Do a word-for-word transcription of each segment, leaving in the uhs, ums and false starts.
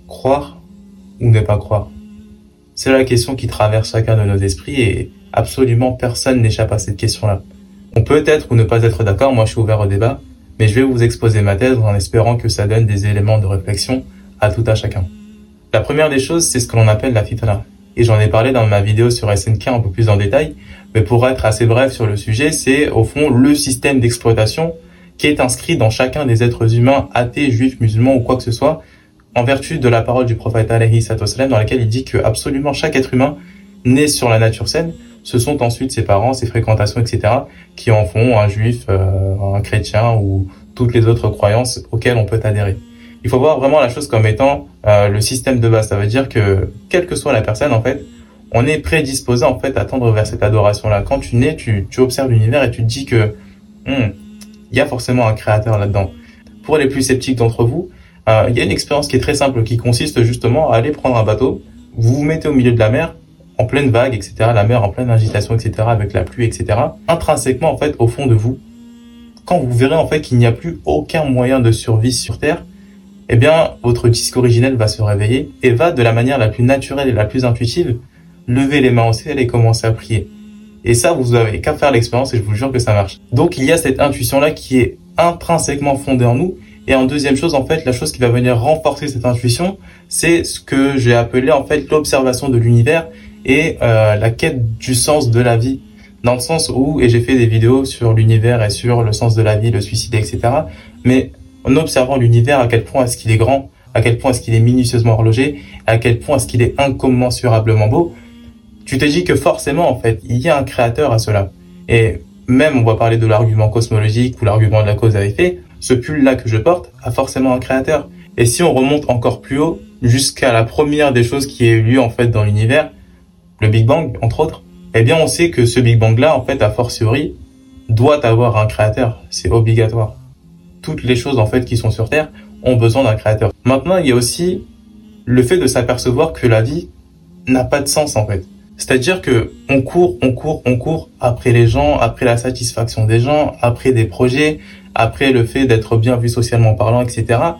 Croire ou ne pas croire? C'est la question qui traverse chacun de nos esprits et absolument personne n'échappe à cette question-là. On peut être ou ne pas être d'accord, moi je suis ouvert au débat, mais je vais vous exposer ma thèse en espérant que ça donne des éléments de réflexion à tout à chacun. La première des choses, c'est ce que l'on appelle la fitra. Et j'en ai parlé dans ma vidéo sur S N K un peu plus en détail, mais pour être assez bref sur le sujet, c'est au fond le système d'exploitation qui est inscrit dans chacun des êtres humains, athées, juifs, musulmans ou quoi que ce soit, en vertu de la parole du prophète alayhi sallam, dans laquelle il dit que absolument chaque être humain né sur la nature saine, ce sont ensuite ses parents, ses fréquentations, et cetera, qui en font un juif, euh, un chrétien ou toutes les autres croyances auxquelles on peut adhérer. Il faut voir vraiment la chose comme étant euh, le système de base. Ça veut dire que, quelle que soit la personne, en fait, on est prédisposé en fait à tendre vers cette adoration-là. Quand tu nais, tu, tu observes l'univers et tu te dis que hmm, il y a forcément un créateur là-dedans. Pour les plus sceptiques d'entre vous, euh, il y a une expérience qui est très simple, qui consiste justement à aller prendre un bateau, vous vous mettez au milieu de la mer, en pleine vague, et cetera, la mer en pleine agitation, et cetera, avec la pluie, et cetera. Intrinsèquement, en fait, au fond de vous, quand vous verrez en fait qu'il n'y a plus aucun moyen de survie sur Terre, eh bien, votre disque originel va se réveiller et va, de la manière la plus naturelle et la plus intuitive, lever les mains au ciel et commencer à prier. Et ça, vous avez qu'à faire l'expérience et je vous jure que ça marche. Donc, il y a cette intuition-là qui est intrinsèquement fondée en nous. Et en deuxième chose, en fait, la chose qui va venir renforcer cette intuition, c'est ce que j'ai appelé, en fait, l'observation de l'univers et euh, la quête du sens de la vie. Dans le sens où, et j'ai fait des vidéos sur l'univers et sur le sens de la vie, le suicide, et cetera. Mais en observant l'univers, à quel point est-ce qu'il est grand, à quel point est-ce qu'il est minutieusement horlogé, à quel point est-ce qu'il est incommensurablement beau, tu te dis que forcément, en fait, il y a un créateur à cela. Et même, on va parler de l'argument cosmologique ou l'argument de la cause à effet, ce pull-là que je porte a forcément un créateur. Et si on remonte encore plus haut, jusqu'à la première des choses qui a eu lieu, en fait, dans l'univers, le Big Bang, entre autres, eh bien, on sait que ce Big Bang-là, en fait, a fortiori, doit avoir un créateur. C'est obligatoire. Toutes les choses, en fait, qui sont sur Terre ont besoin d'un créateur. Maintenant, il y a aussi le fait de s'apercevoir que la vie n'a pas de sens, en fait. C'est-à-dire que on court, on court, on court après les gens, après la satisfaction des gens, après des projets, après le fait d'être bien vu socialement parlant, et cetera.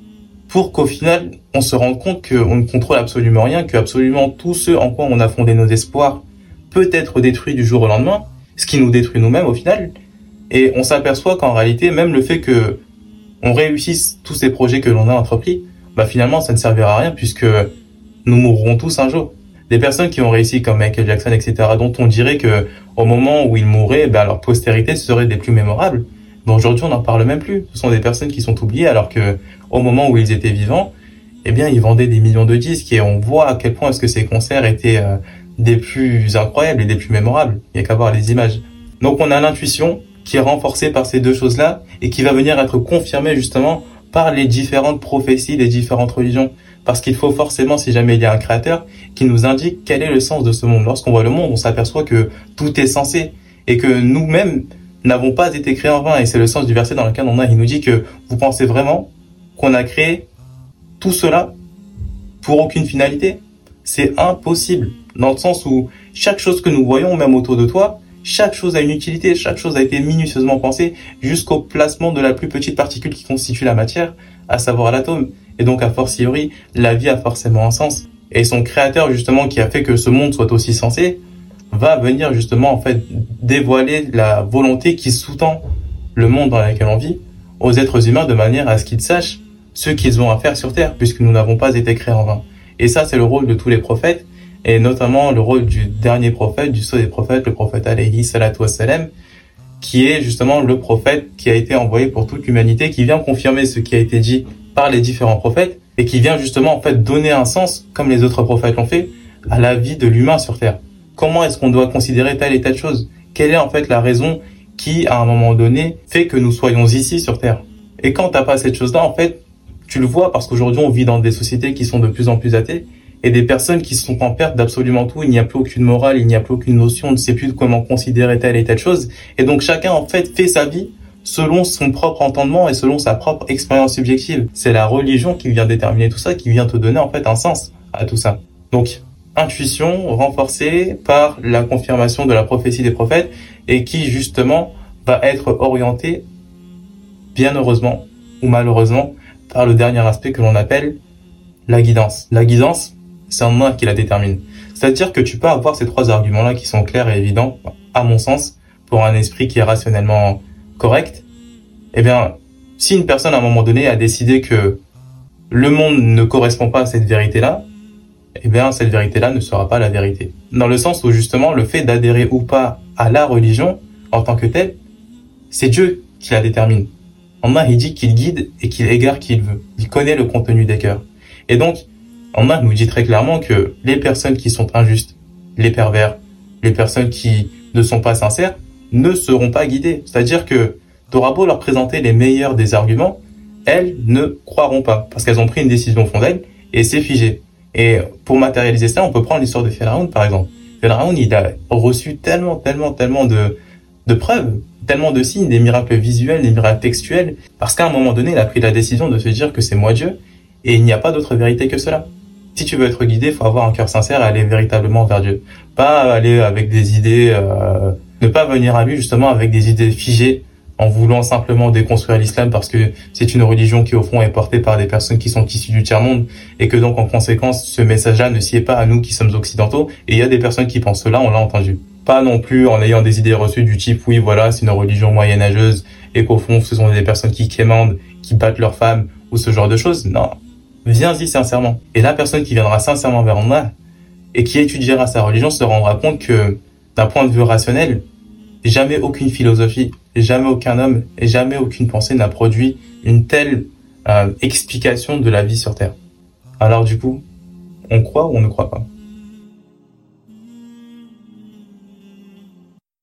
Pour qu'au final, on se rende compte qu'on ne contrôle absolument rien, que absolument tout ce en quoi on a fondé nos espoirs peut être détruit du jour au lendemain, ce qui nous détruit nous-mêmes au final. Et on s'aperçoit qu'en réalité, même le fait que on réussisse tous ces projets que l'on a entrepris, bah finalement, ça ne servira à rien puisque nous mourrons tous un jour. Des personnes qui ont réussi comme Michael Jackson, et cetera, dont on dirait que au moment où ils mourraient, bah, leur postérité serait des plus mémorables. Mais aujourd'hui, on n'en parle même plus. Ce sont des personnes qui sont oubliées alors que au moment où ils étaient vivants, eh bien, ils vendaient des millions de disques et on voit à quel point est-ce que ces concerts étaient euh, des plus incroyables et des plus mémorables. Il n'y a qu'à voir les images. Donc, on a l'intuition qui est renforcée par ces deux choses-là et qui va venir être confirmée justement par les différentes prophéties des différentes religions. Parce qu'il faut forcément, si jamais il y a un créateur, qui nous indique quel est le sens de ce monde. Lorsqu'on voit le monde, on s'aperçoit que tout est censé et que nous-mêmes n'avons pas été créés en vain. Et c'est le sens du verset dans lequel on a, il nous dit que vous pensez vraiment qu'on a créé tout cela pour aucune finalité? C'est impossible. Dans le sens où chaque chose que nous voyons, même autour de toi, chaque chose a une utilité, chaque chose a été minutieusement pensée jusqu'au placement de la plus petite particule qui constitue la matière, à savoir l'atome. Et donc, a fortiori, la vie a forcément un sens. Et son créateur, justement, qui a fait que ce monde soit aussi sensé, va venir, justement, en fait, dévoiler la volonté qui sous-tend le monde dans lequel on vit aux êtres humains de manière à ce qu'ils sachent ce qu'ils ont à faire sur Terre, puisque nous n'avons pas été créés en vain. Et ça, c'est le rôle de tous les prophètes, et notamment le rôle du dernier prophète, du sceau des prophètes, le prophète alayhi salatu wassalam, qui est justement le prophète qui a été envoyé pour toute l'humanité, qui vient confirmer ce qui a été dit par les différents prophètes et qui vient justement en fait donner un sens, comme les autres prophètes l'ont fait, à la vie de l'humain sur Terre. Comment est-ce qu'on doit considérer telle et telle chose? Quelle est en fait la raison qui, à un moment donné, fait que nous soyons ici sur Terre? Et quand t'as pas cette chose-là, en fait, tu le vois parce qu'aujourd'hui on vit dans des sociétés qui sont de plus en plus athées et des personnes qui sont en perte d'absolument tout. Il n'y a plus aucune morale, il n'y a plus aucune notion, on ne sait plus comment considérer telle et telle chose. Et donc chacun en fait fait sa vie selon son propre entendement et selon sa propre expérience subjective. C'est la religion qui vient déterminer tout ça, qui vient te donner en fait un sens à tout ça. Donc, intuition renforcée par la confirmation de la prophétie des prophètes et qui justement va être orientée, bien heureusement ou malheureusement, par le dernier aspect que l'on appelle La guidance. La guidance, c'est Allah qui la détermine. C'est-à-dire que tu peux avoir ces trois arguments-là qui sont clairs et évidents, à mon sens, pour un esprit qui est rationnellement correct. Eh bien, si une personne à un moment donné a décidé que le monde ne correspond pas à cette vérité-là, eh bien, cette vérité-là ne sera pas la vérité. Dans le sens où, justement, le fait d'adhérer ou pas à la religion, en tant que telle, c'est Dieu qui la détermine. Allah, il dit qu'il guide et qu'il égare qui il veut. Il connaît le contenu des cœurs. Et donc, Allah nous dit très clairement que les personnes qui sont injustes, les pervers, les personnes qui ne sont pas sincères, ne seront pas guidées. C'est-à-dire que t'auras beau leur présenter les meilleurs des arguments, elles ne croiront pas, parce qu'elles ont pris une décision fond d'elles, et c'est figé. Et pour matérialiser ça, on peut prendre l'histoire de Pharaon, par exemple. Pharaon, il a reçu tellement, tellement, tellement de, de preuves, tellement de signes, des miracles visuels, des miracles textuels, parce qu'à un moment donné, il a pris la décision de se dire que c'est moi Dieu, et il n'y a pas d'autre vérité que cela. Si tu veux être guidé, il faut avoir un cœur sincère et aller véritablement vers Dieu. Pas aller avec des idées, euh, ne pas venir à lui justement avec des idées figées, en voulant simplement déconstruire l'islam parce que c'est une religion qui au fond est portée par des personnes qui sont issues du tiers-monde et que donc en conséquence ce message-là ne sied pas à nous qui sommes occidentaux, et il y a des personnes qui pensent cela, on l'a entendu. Pas non plus en ayant des idées reçues du type oui voilà c'est une religion moyenâgeuse et qu'au fond ce sont des personnes qui quémandent, qui battent leurs femmes ou ce genre de choses. Non, viens-y sincèrement. Et la personne qui viendra sincèrement vers Allah et qui étudiera sa religion se rendra compte que d'un point de vue rationnel, jamais aucune philosophie, jamais aucun homme et jamais aucune pensée n'a produit une telle euh, explication de la vie sur Terre. Alors du coup, on croit ou on ne croit pas ?